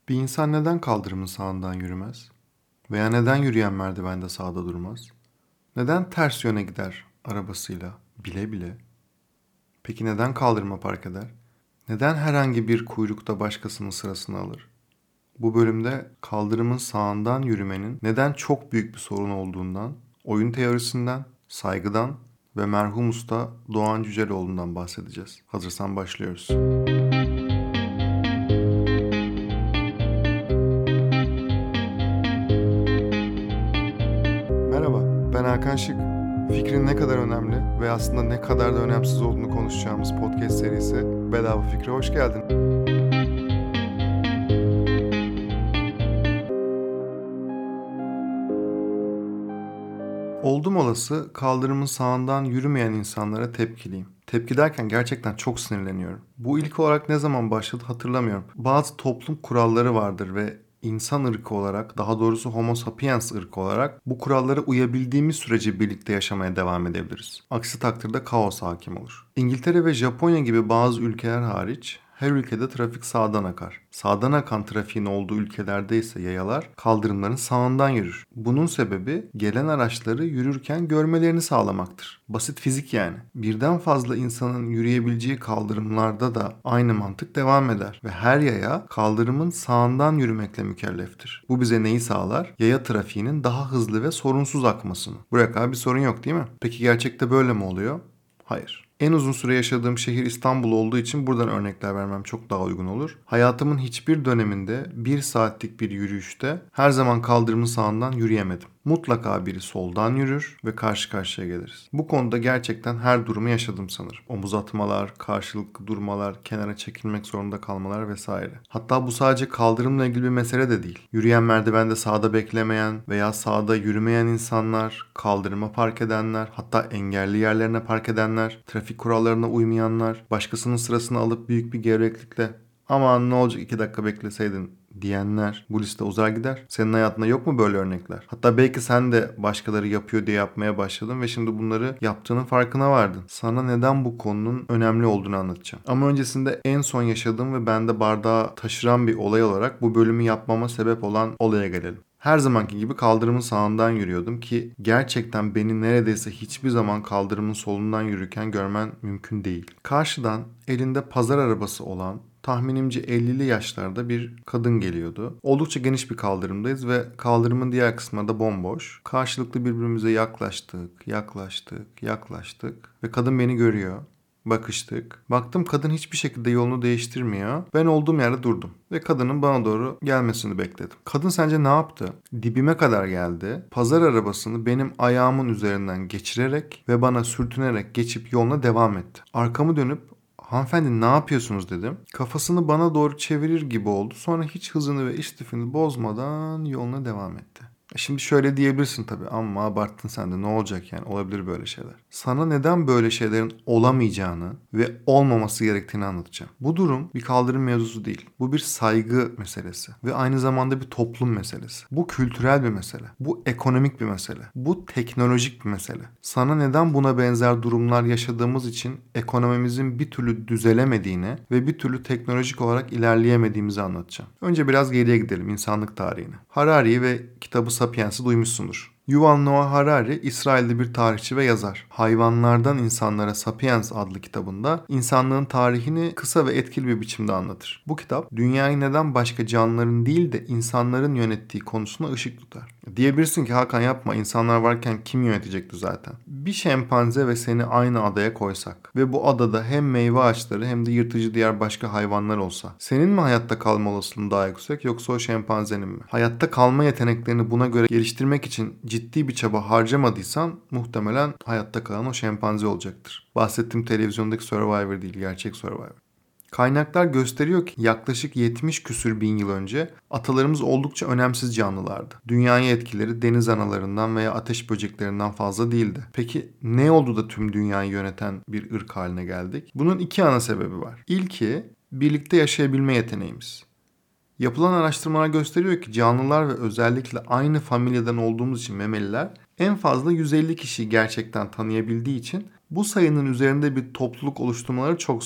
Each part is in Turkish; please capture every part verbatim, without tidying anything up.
Bir insan neden kaldırımın sağından yürümez? Veya neden yürüyen merdivende sağda durmaz? Neden ters yöne gider arabasıyla bile bile? Peki neden kaldırıma park eder? Neden herhangi bir kuyrukta başkasının sırasını alır? Bu bölümde kaldırımın sağından yürümenin neden çok büyük bir sorun olduğundan, oyun teorisinden, saygıdan ve merhum usta Doğan Cüceloğlu'ndan bahsedeceğiz. Hazırsan başlıyoruz. Merhaba, ben Hakan Şık. Fikrin ne kadar önemli ve aslında ne kadar da önemsiz olduğunu konuşacağımız podcast serisi Bedava Fikre hoş geldin. Oldum olası kaldırımın sağından yürümeyen insanlara tepkiliyim. Tepki derken gerçekten çok sinirleniyorum. Bu ilk olarak ne zaman başladı hatırlamıyorum. Bazı toplum kuralları vardır ve insan ırkı olarak, daha doğrusu Homo sapiens ırkı olarak bu kurallara uyabildiğimiz sürece birlikte yaşamaya devam edebiliriz. Aksi takdirde kaos hakim olur. İngiltere ve Japonya gibi bazı ülkeler hariç her ülkede trafik sağdan akar. Sağdan akan trafiğin olduğu ülkelerde ise yayalar kaldırımların sağından yürür. Bunun sebebi gelen araçları yürürken görmelerini sağlamaktır. Basit fizik yani. Birden fazla insanın yürüyebileceği kaldırımlarda da aynı mantık devam eder ve her yaya kaldırımın sağından yürümekle mükelleftir. Bu bize neyi sağlar? Yaya trafiğinin daha hızlı ve sorunsuz akmasını. Buraya kadar bir sorun yok değil mi? Peki gerçekte böyle mi oluyor? Hayır. En uzun süre yaşadığım şehir İstanbul olduğu için buradan örnekler vermem çok daha uygun olur. Hayatımın hiçbir döneminde bir saatlik bir yürüyüşte her zaman kaldırımın sağından yürüyemedim. Mutlaka biri soldan yürür ve karşı karşıya geliriz. Bu konuda gerçekten her durumu yaşadım sanırım. Omuz atmalar, karşılıklı durmalar, kenara çekilmek zorunda kalmalar vesaire. Hatta bu sadece kaldırımla ilgili bir mesele de değil. Yürüyen merdivende sağda beklemeyen veya sağda yürümeyen insanlar, kaldırıma park edenler, hatta engelli yerlerine park edenler, trafik kurallarına uymayanlar, başkasının sırasını alıp büyük bir gevreklikle "aman ne olacak iki dakika bekleseydin" diyenler bu liste uzar gider. Senin hayatında yok mu böyle örnekler? Hatta belki sen de başkaları yapıyor diye yapmaya başladın ve şimdi bunları yaptığının farkına vardın. Sana neden bu konunun önemli olduğunu anlatacağım. Ama öncesinde en son yaşadığım ve bende bardağı taşıran bir olay olarak bu bölümü yapmama sebep olan olaya gelelim. Her zamanki gibi kaldırımın sağından yürüyordum ki gerçekten beni neredeyse hiçbir zaman kaldırımın solundan yürürken görmen mümkün değil. Karşıdan elinde pazar arabası olan tahminimce ellili yaşlarda bir kadın geliyordu. Oldukça geniş bir kaldırımdayız ve kaldırımın diğer kısmı da bomboş. Karşılıklı birbirimize yaklaştık, yaklaştık, yaklaştık ve kadın beni görüyor. Bakıştık. Baktım kadın hiçbir şekilde yolunu değiştirmiyor. Ben olduğum yerde durdum ve kadının bana doğru gelmesini bekledim. Kadın sence ne yaptı? Dibime kadar geldi. Pazar arabasını benim ayağımın üzerinden geçirerek ve bana sürtünerek geçip yoluna devam etti. Arkamı dönüp "hanımefendi ne yapıyorsunuz?" dedim. Kafasını bana doğru çevirir gibi oldu. Sonra hiç hızını ve istifini bozmadan yoluna devam etti. E Şimdi şöyle diyebilirsin tabii, ama abarttın sen de, ne olacak yani, olabilir böyle şeyler. Sana neden böyle şeylerin olamayacağını ve olmaması gerektiğini anlatacağım. Bu durum bir kaldırım mevzusu değil. Bu bir saygı meselesi ve aynı zamanda bir toplum meselesi. Bu kültürel bir mesele. Bu ekonomik bir mesele. Bu teknolojik bir mesele. Sana neden buna benzer durumlar yaşadığımız için ekonomimizin bir türlü düzelemediğini ve bir türlü teknolojik olarak ilerleyemediğimizi anlatacağım. Önce biraz geriye gidelim, insanlık tarihine. Harari ve kitabı Sapiens'i duymuşsundur. Yuval Noah Harari, İsrailli bir tarihçi ve yazar. Hayvanlardan İnsanlara Sapiens adlı kitabında insanlığın tarihini kısa ve etkili bir biçimde anlatır. Bu kitap dünyayı neden başka canlıların değil de insanların yönettiği konusuna ışık tutar. Diyebilirsin ki Hakan yapma, insanlar varken kim yönetecekti zaten? Bir şempanze ve seni aynı adaya koysak ve bu adada hem meyve ağaçları hem de yırtıcı diğer başka hayvanlar olsa, senin mi hayatta kalma olasılığın daha yüksek yoksa o şempanzenin mi? Hayatta kalma yeteneklerini buna göre geliştirmek için ciddi bir çaba harcamadıysan muhtemelen hayatta kalan o şempanze olacaktır. Bahsettiğim televizyondaki Survivor değil, gerçek Survivor. Kaynaklar gösteriyor ki yaklaşık yetmiş küsür bin yıl önce atalarımız oldukça önemsiz canlılardı. Dünyaya etkileri deniz analarından veya ateş böceklerinden fazla değildi. Peki ne oldu da tüm dünyayı yöneten bir ırk haline geldik? Bunun iki ana sebebi var. İlki, birlikte yaşayabilme yeteneğimiz. Yapılan araştırmalar gösteriyor ki canlılar ve özellikle aynı familyadan olduğumuz için memeliler en fazla yüz elli kişiyi gerçekten tanıyabildiği için bu sayının üzerinde bir topluluk oluşturmaları çok zor.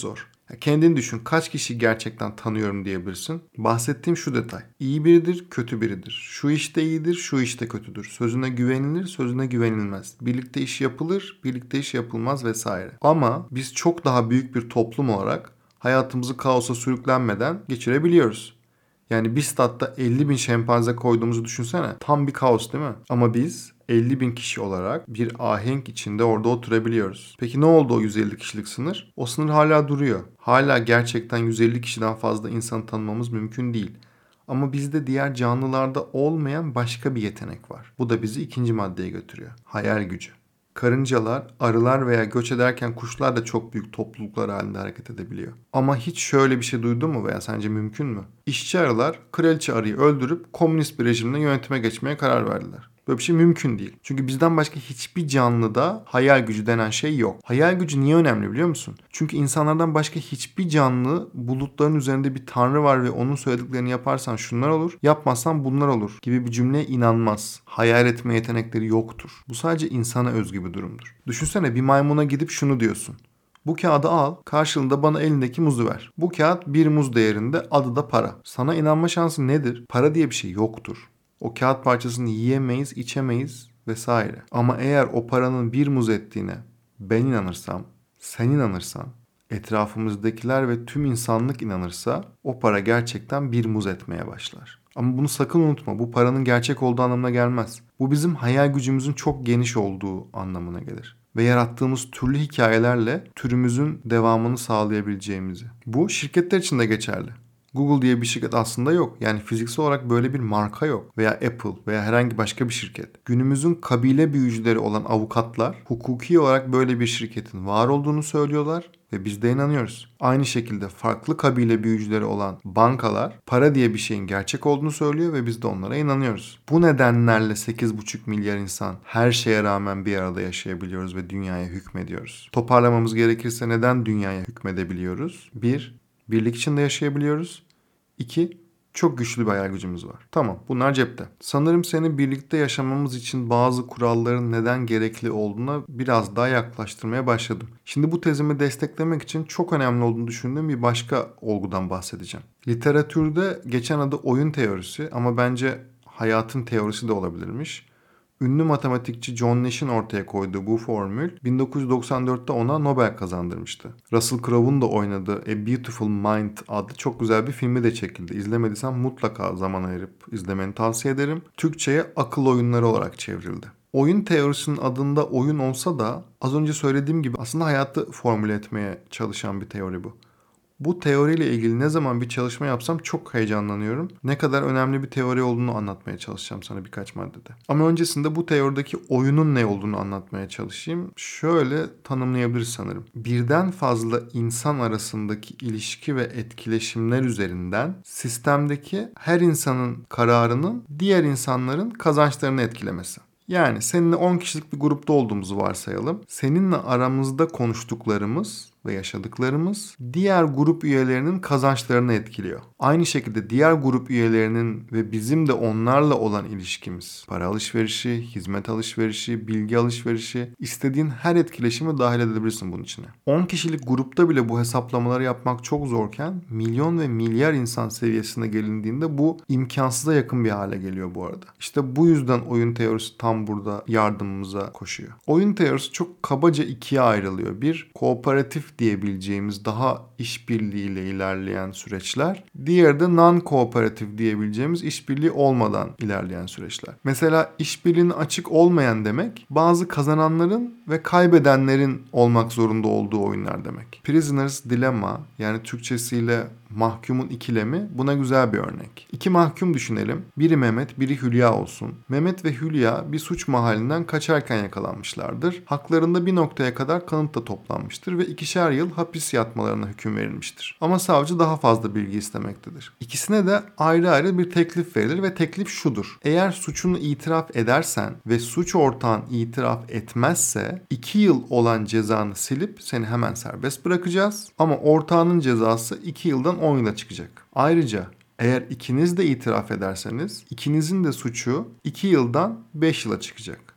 Ya kendini düşün, kaç kişi gerçekten tanıyorum diyebilirsin. Bahsettiğim şu detay. İyi biridir, kötü biridir. Şu işte iyidir, şu işte kötüdür. Sözüne güvenilir, sözüne güvenilmez. Birlikte iş yapılır, birlikte iş yapılmaz vesaire. Ama biz çok daha büyük bir toplum olarak hayatımızı kaosa sürüklenmeden geçirebiliyoruz. Yani bir statta elli bin şempanze koyduğumuzu düşünsene. Tam bir kaos değil mi? Ama biz elli bin kişi olarak bir ahenk içinde orada oturabiliyoruz. Peki ne oldu o yüz elli kişilik sınır? O sınır hala duruyor. Hala gerçekten yüz elli kişiden fazla insanı tanımamız mümkün değil. Ama bizde diğer canlılarda olmayan başka bir yetenek var. Bu da bizi ikinci maddeye götürüyor. Hayal gücü. Karıncalar, arılar veya göç ederken kuşlar da çok büyük topluluklar halinde hareket edebiliyor. Ama hiç şöyle bir şey duydun mu veya sence mümkün mü? İşçi arılar kraliçe arıyı öldürüp komünist bir rejimle yönetime geçmeye karar verdiler. Böyle bir şey mümkün değil. Çünkü bizden başka hiçbir canlıda hayal gücü denen şey yok. Hayal gücü niye önemli biliyor musun? Çünkü insanlardan başka hiçbir canlı bulutların üzerinde bir tanrı var ve onun söylediklerini yaparsan şunlar olur, yapmazsan bunlar olur gibi bir cümleye inanmaz. Hayal etme yetenekleri yoktur. Bu sadece insana özgü bir durumdur. Düşünsene, bir maymuna gidip şunu diyorsun. Bu kağıdı al, karşılığında bana elindeki muzu ver. Bu kağıt bir muz değerinde, adı da para. Sana inanma şansı nedir? Para diye bir şey yoktur. O kağıt parçasını yiyemeyiz, içemeyiz vesaire. Ama eğer o paranın bir muz ettiğine ben inanırsam, sen inanırsan, etrafımızdakiler ve tüm insanlık inanırsa o para gerçekten bir muz etmeye başlar. Ama bunu sakın unutma. Bu paranın gerçek olduğu anlamına gelmez. Bu bizim hayal gücümüzün çok geniş olduğu anlamına gelir. Ve yarattığımız türlü hikayelerle türümüzün devamını sağlayabileceğimizi. Bu şirketler için de geçerli. Google diye bir şirket aslında yok. Yani fiziksel olarak böyle bir marka yok. Veya Apple veya herhangi başka bir şirket. Günümüzün kabile büyücüleri olan avukatlar hukuki olarak böyle bir şirketin var olduğunu söylüyorlar ve biz de inanıyoruz. Aynı şekilde farklı kabile büyücüleri olan bankalar para diye bir şeyin gerçek olduğunu söylüyor ve biz de onlara inanıyoruz. Bu nedenlerle sekiz buçuk milyar insan her şeye rağmen bir arada yaşayabiliyoruz ve dünyaya hükmediyoruz. Toparlamamız gerekirse neden dünyaya hükmedebiliyoruz? Bir, birlik içinde yaşayabiliyoruz. İki, çok güçlü bir hayal gücümüz var. Tamam, bunlar cepte. Sanırım senin birlikte yaşamamız için bazı kuralların neden gerekli olduğuna biraz daha yaklaştırmaya başladım. Şimdi bu tezimi desteklemek için çok önemli olduğunu düşündüğüm bir başka olgudan bahsedeceğim. Literatürde geçen adı oyun teorisi ama bence hayatın teorisi de olabilirmiş. Ünlü matematikçi John Nash'in ortaya koyduğu bu formül bin dokuz yüz doksan dörtte ona Nobel kazandırmıştı. Russell Crowe'un da oynadığı A Beautiful Mind adlı çok güzel bir filmi de çekildi. İzlemediysen mutlaka zaman ayırıp izlemeni tavsiye ederim. Türkçe'ye akıl oyunları olarak çevrildi. Oyun teorisinin adında oyun olsa da az önce söylediğim gibi aslında hayatı formüle etmeye çalışan bir teori bu. Bu teoriyle ilgili ne zaman bir çalışma yapsam çok heyecanlanıyorum. Ne kadar önemli bir teori olduğunu anlatmaya çalışacağım sana birkaç maddede. Ama öncesinde bu teorideki oyunun ne olduğunu anlatmaya çalışayım. Şöyle tanımlayabiliriz sanırım. Birden fazla insan arasındaki ilişki ve etkileşimler üzerinden sistemdeki her insanın kararının diğer insanların kazançlarını etkilemesi. Yani seninle on kişilik bir grupta olduğumuzu varsayalım. Seninle aramızda konuştuklarımız ve yaşadıklarımız diğer grup üyelerinin kazançlarını etkiliyor. Aynı şekilde diğer grup üyelerinin ve bizim de onlarla olan ilişkimiz, para alışverişi, hizmet alışverişi, bilgi alışverişi, istediğin her etkileşimi dahil edebilirsin bunun içine. on kişilik grupta bile bu hesaplamaları yapmak çok zorken milyon ve milyar insan seviyesine gelindiğinde bu imkansıza yakın bir hale geliyor bu arada. İşte bu yüzden oyun teorisi tam burada yardımımıza koşuyor. Oyun teorisi çok kabaca ikiye ayrılıyor. Bir, kooperatif diyebileceğimiz daha işbirliğiyle ilerleyen süreçler. Diğeri de non-kooperatif diyebileceğimiz işbirliği olmadan ilerleyen süreçler. Mesela işbirliğine açık olmayan demek bazı kazananların ve kaybedenlerin olmak zorunda olduğu oyunlar demek. Prisoner's Dilemma, yani Türkçesiyle mahkumun ikilemi, buna güzel bir örnek. İki mahkum düşünelim. Biri Mehmet, biri Hülya olsun. Mehmet ve Hülya bir suç mahallinden kaçarken yakalanmışlardır. Haklarında bir noktaya kadar kanıt da toplanmıştır ve ikişer yıl hapis yatmalarına hüküm verilmiştir. Ama savcı daha fazla bilgi istemektedir. İkisine de ayrı ayrı bir teklif verilir ve teklif şudur. Eğer suçunu itiraf edersen ve suç ortağın itiraf etmezse iki yıl olan cezanı silip seni hemen serbest bırakacağız. Ama ortağının cezası iki yıldan on yıla çıkacak. Ayrıca eğer ikiniz de itiraf ederseniz ikinizin de suçu iki yıldan beş yıla çıkacak.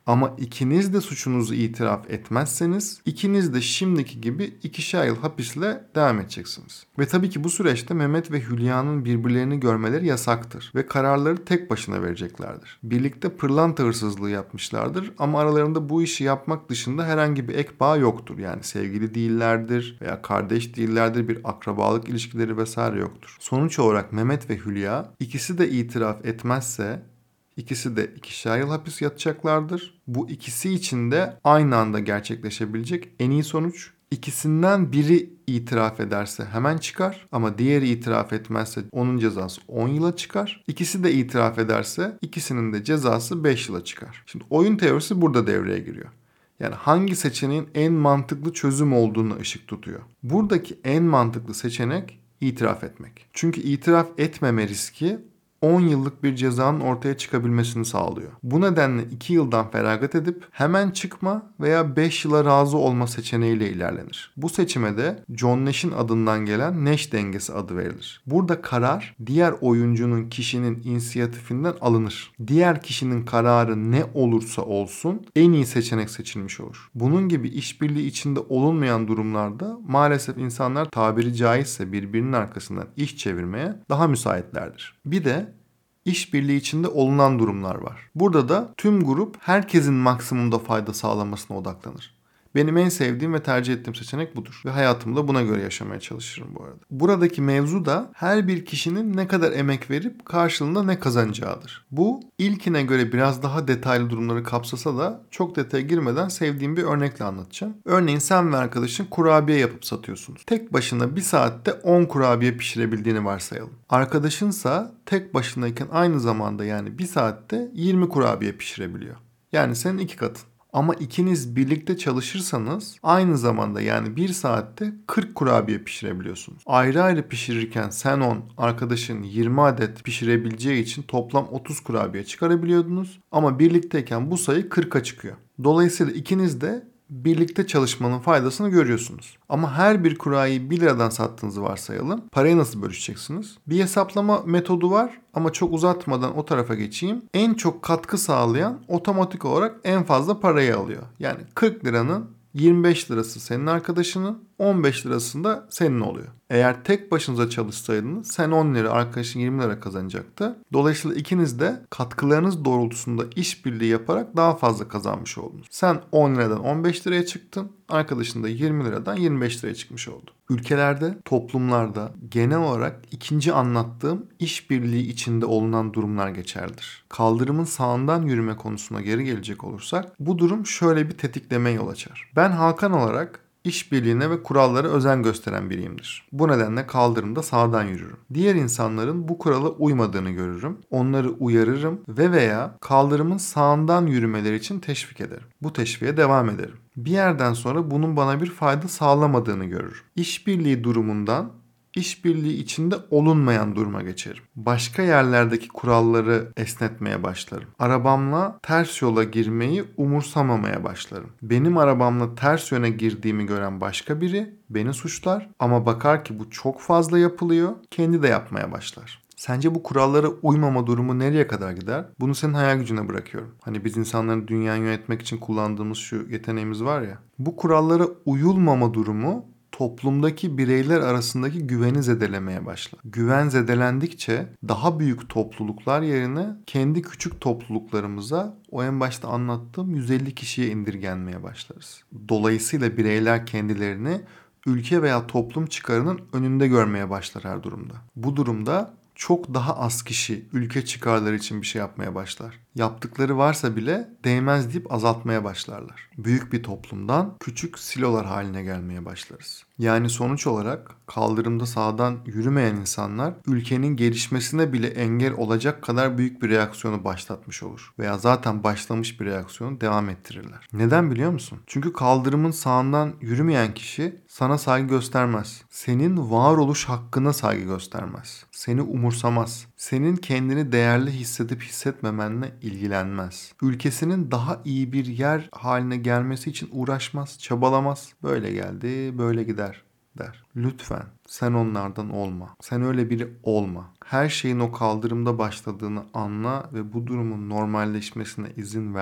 Ama ikiniz de suçunuzu itiraf etmezseniz ikiniz de şimdiki gibi ikişer yıl hapisle devam edeceksiniz. Ve tabii ki bu süreçte Mehmet ve Hülya'nın birbirlerini görmeleri yasaktır ve kararları tek başına vereceklerdir. Birlikte pırlanta hırsızlığı yapmışlardır ama aralarında bu işi yapmak dışında herhangi bir ek bağ yoktur. Yani sevgili değillerdir veya kardeş değillerdir, bir akrabalık ilişkileri vesaire yoktur. Sonuç olarak Mehmet ve Hülya ikisi de itiraf etmezse İkisi de ikişer yıl hapis yatacaklardır. Bu ikisi için de aynı anda gerçekleşebilecek en iyi sonuç. İkisinden biri itiraf ederse hemen çıkar ama diğeri itiraf etmezse onun cezası on yıla çıkar. İkisi de itiraf ederse ikisinin de cezası beş yıla çıkar. Şimdi oyun teorisi burada devreye giriyor. Yani hangi seçeneğin en mantıklı çözüm olduğunu ışık tutuyor. Buradaki en mantıklı seçenek itiraf etmek. Çünkü itiraf etmeme riski on yıllık bir cezanın ortaya çıkabilmesini sağlıyor. Bu nedenle iki yıldan feragat edip hemen çıkma veya beş yıla razı olma seçeneğiyle ilerlenir. Bu seçime de John Nash'in adından gelen Nash dengesi adı verilir. Burada karar diğer oyuncunun, kişinin inisiyatifinden alınır. Diğer kişinin kararı ne olursa olsun en iyi seçenek seçilmiş olur. Bunun gibi işbirliği içinde olunmayan durumlarda maalesef insanlar tabiri caizse birbirinin arkasından iş çevirmeye daha müsaitlerdir. Bir de İşbirliği içinde olunan durumlar var. Burada da tüm grup herkesin maksimumda fayda sağlamasına odaklanır. Benim en sevdiğim ve tercih ettiğim seçenek budur. Ve hayatımda buna göre yaşamaya çalışırım bu arada. Buradaki mevzu da her bir kişinin ne kadar emek verip karşılığında ne kazanacağıdır. Bu ilkine göre biraz daha detaylı durumları kapsasa da çok detaya girmeden sevdiğim bir örnekle anlatacağım. Örneğin sen ve arkadaşın kurabiye yapıp satıyorsunuz. Tek başına bir saatte on kurabiye pişirebildiğini varsayalım. Arkadaşınsa tek başınayken aynı zamanda yani bir saatte yirmi kurabiye pişirebiliyor. Yani senin iki katın. Ama ikiniz birlikte çalışırsanız aynı zamanda yani bir saatte kırk kurabiye pişirebiliyorsunuz. Ayrı ayrı pişirirken sen on, arkadaşın yirmi adet pişirebileceği için toplam otuz kurabiye çıkarabiliyordunuz. Ama birlikteyken bu sayı kırka çıkıyor. Dolayısıyla ikiniz de birlikte çalışmanın faydasını görüyorsunuz. Ama her bir kurabiyeyi bir liradan sattığınızı varsayalım. Parayı nasıl bölüşeceksiniz? Bir hesaplama metodu var ama çok uzatmadan o tarafa geçeyim. En çok katkı sağlayan otomatik olarak en fazla parayı alıyor. Yani kırk liranın yirmi beş lirası senin arkadaşının, on beş lirasında senin oluyor. Eğer tek başınıza çalışsaydınız sen on lira, arkadaşın yirmi lira kazanacaktı. Dolayısıyla ikiniz de katkılarınız doğrultusunda işbirliği yaparak daha fazla kazanmış oldunuz. Sen on liradan on beş liraya çıktın, arkadaşın da yirmi liradan yirmi beş liraya çıkmış oldu. Ülkelerde, toplumlarda genel olarak ikinci anlattığım işbirliği içinde olunan durumlar geçerlidir. Kaldırımın sağından yürüme konusuna geri gelecek olursak bu durum şöyle bir tetikleme yol açar. Ben Hakan olarak İşbirliğine ve kurallara özen gösteren biriyimdir. Bu nedenle kaldırımda sağdan yürürüm. Diğer insanların bu kurala uymadığını görürüm. Onları uyarırım ve veya kaldırımın sağından yürümeleri için teşvik ederim. Bu teşviğe devam ederim. Bir yerden sonra bunun bana bir fayda sağlamadığını görürüm. İşbirliği durumundan işbirliği içinde olunmayan duruma geçerim. Başka yerlerdeki kuralları esnetmeye başlarım. Arabamla ters yola girmeyi umursamamaya başlarım. Benim arabamla ters yöne girdiğimi gören başka biri beni suçlar ama bakar ki bu çok fazla yapılıyor, kendi de yapmaya başlar. Sence bu kurallara uymama durumu nereye kadar gider? Bunu senin hayal gücüne bırakıyorum. Hani biz insanların dünyayı yönetmek için kullandığımız şu yeteneğimiz var ya. Bu kurallara uyulmama durumu toplumdaki bireyler arasındaki güveni zedelemeye başlar. Güven zedelendikçe daha büyük topluluklar yerine kendi küçük topluluklarımıza o en başta anlattığım yüz elli kişiye indirgenmeye başlarız. Dolayısıyla bireyler kendilerini ülke veya toplum çıkarının önünde görmeye başlar her durumda. Bu durumda çok daha az kişi ülke çıkarları için bir şey yapmaya başlar. Yaptıkları varsa bile değmez deyip azaltmaya başlarlar. Büyük bir toplumdan küçük silolar haline gelmeye başlarız. Yani sonuç olarak kaldırımda sağdan yürümeyen insanlar ülkenin gelişmesine bile engel olacak kadar büyük bir reaksiyonu başlatmış olur. Veya zaten başlamış bir reaksiyonu devam ettirirler. Neden biliyor musun? Çünkü kaldırımın sağından yürümeyen kişi sana saygı göstermez. Senin varoluş hakkına saygı göstermez. Seni umursamaz. Senin kendini değerli hissedip hissetmemenle ilgilenmez. Ülkesinin daha iyi bir yer haline gelmesi için uğraşmaz, çabalamaz. Böyle geldi, böyle gider der. Lütfen sen onlardan olma. Sen öyle biri olma. Her şeyin o kaldırımda başladığını anla ve bu durumun normalleşmesine izin verme.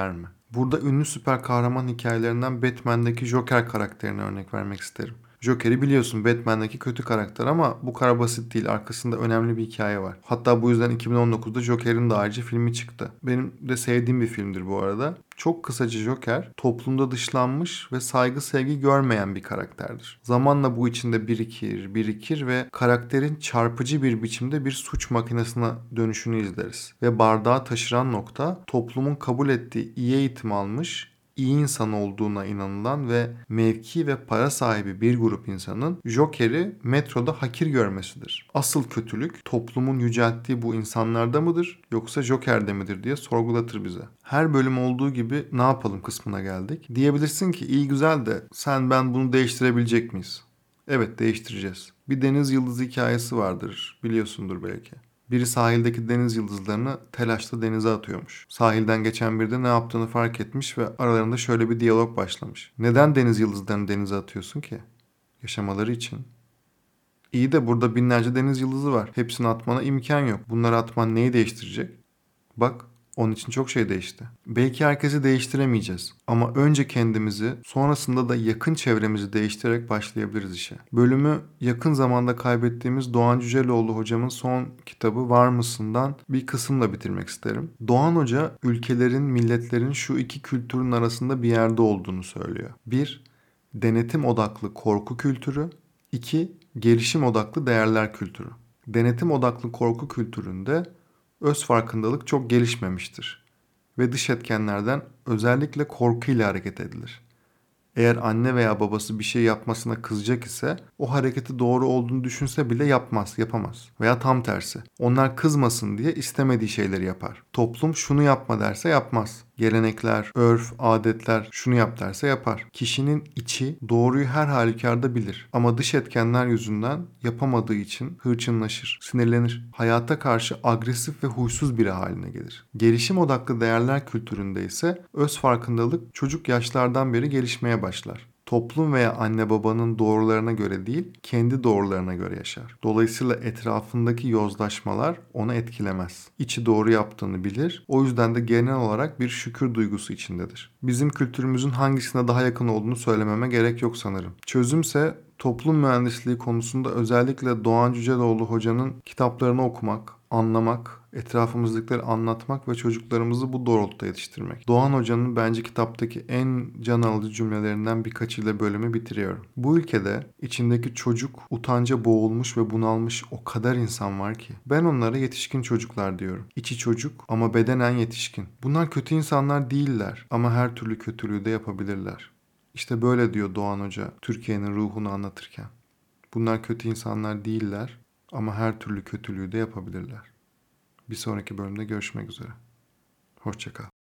Burada ünlü süper kahraman hikayelerinden Batman'deki Joker karakterine örnek vermek isterim. Joker'i biliyorsun, Batman'deki kötü karakter ama bu kadar basit değil. Arkasında önemli bir hikaye var. Hatta bu yüzden iki bin on dokuzda Joker'in de ayrıca filmi çıktı. Benim de sevdiğim bir filmdir bu arada. Çok kısaca Joker, toplumda dışlanmış ve saygı sevgi görmeyen bir karakterdir. Zamanla bu içinde birikir, birikir ve karakterin çarpıcı bir biçimde bir suç makinesine dönüşünü izleriz. Ve bardağı taşıran nokta, toplumun kabul ettiği iyi eğitim almış, iyi insan olduğuna inanılan ve mevki ve para sahibi bir grup insanın Joker'i metroda hakir görmesidir. Asıl kötülük toplumun yücelttiği bu insanlarda mıdır yoksa Joker'de midir diye sorgulatır bize. Her bölüm olduğu gibi ne yapalım kısmına geldik. Diyebilirsin ki iyi güzel de sen ben bunu değiştirebilecek miyiz? Evet, değiştireceğiz. Bir deniz yıldızı hikayesi vardır, biliyorsundur belki. Biri sahildeki deniz yıldızlarını telaşla denize atıyormuş. Sahilden geçen biri de ne yaptığını fark etmiş ve aralarında şöyle bir diyalog başlamış. Neden deniz yıldızlarını denize atıyorsun ki? Yaşamaları için. İyi de burada binlerce deniz yıldızı var. Hepsini atmana imkan yok. Bunları atman neyi değiştirecek? Bak, onun için çok şey değişti. Belki herkesi değiştiremeyeceğiz ama önce kendimizi, sonrasında da yakın çevremizi değiştirerek başlayabiliriz işe. Bölümü yakın zamanda kaybettiğimiz Doğan Cüceloğlu hocamın son kitabı Var mısın'dan bir kısımla bitirmek isterim. Doğan Hoca ülkelerin, milletlerin şu iki kültürün arasında bir yerde olduğunu söylüyor. Bir, denetim odaklı korku kültürü. İki, gelişim odaklı değerler kültürü. Denetim odaklı korku kültüründe öz farkındalık çok gelişmemiştir ve dış etkenlerden özellikle korkuyla hareket edilir. Eğer anne veya babası bir şey yapmasına kızacak ise o hareketi doğru olduğunu düşünse bile yapmaz, yapamaz. Veya tam tersi. Onlar kızmasın diye istemediği şeyleri yapar. Toplum şunu yapma derse yapmaz. Gelenekler, örf, adetler şunu yap derse yapar. Kişinin içi doğruyu her halükarda bilir. Ama dış etkenler yüzünden yapamadığı için hırçınlaşır, sinirlenir. Hayata karşı agresif ve huysuz biri haline gelir. Gelişim odaklı değerler kültüründe ise öz farkındalık çocuk yaşlardan beri gelişmeye başlar. Toplum veya anne babanın doğrularına göre değil, kendi doğrularına göre yaşar. Dolayısıyla etrafındaki yozlaşmalar onu etkilemez. İçi doğru yaptığını bilir. O yüzden de genel olarak bir şükür duygusu içindedir. Bizim kültürümüzün hangisine daha yakın olduğunu söylememe gerek yok sanırım. Çözümse toplum mühendisliği konusunda özellikle Doğan Cüceloğlu hocanın kitaplarını okumak, anlamak, etrafımızdakileri anlatmak ve çocuklarımızı bu doğrultuda yetiştirmek. Doğan Hoca'nın bence kitaptaki en can alıcı cümlelerinden birkaçıyla bölümü bitiriyorum. Bu ülkede içindeki çocuk utanca boğulmuş ve bunalmış o kadar insan var ki. Ben onlara yetişkin çocuklar diyorum. İçi çocuk ama bedenen yetişkin. Bunlar kötü insanlar değiller ama her türlü kötülüğü de yapabilirler. İşte böyle diyor Doğan Hoca Türkiye'nin ruhunu anlatırken. Bunlar kötü insanlar değiller ama her türlü kötülüğü de yapabilirler. Bir sonraki bölümde görüşmek üzere. Hoşça kal.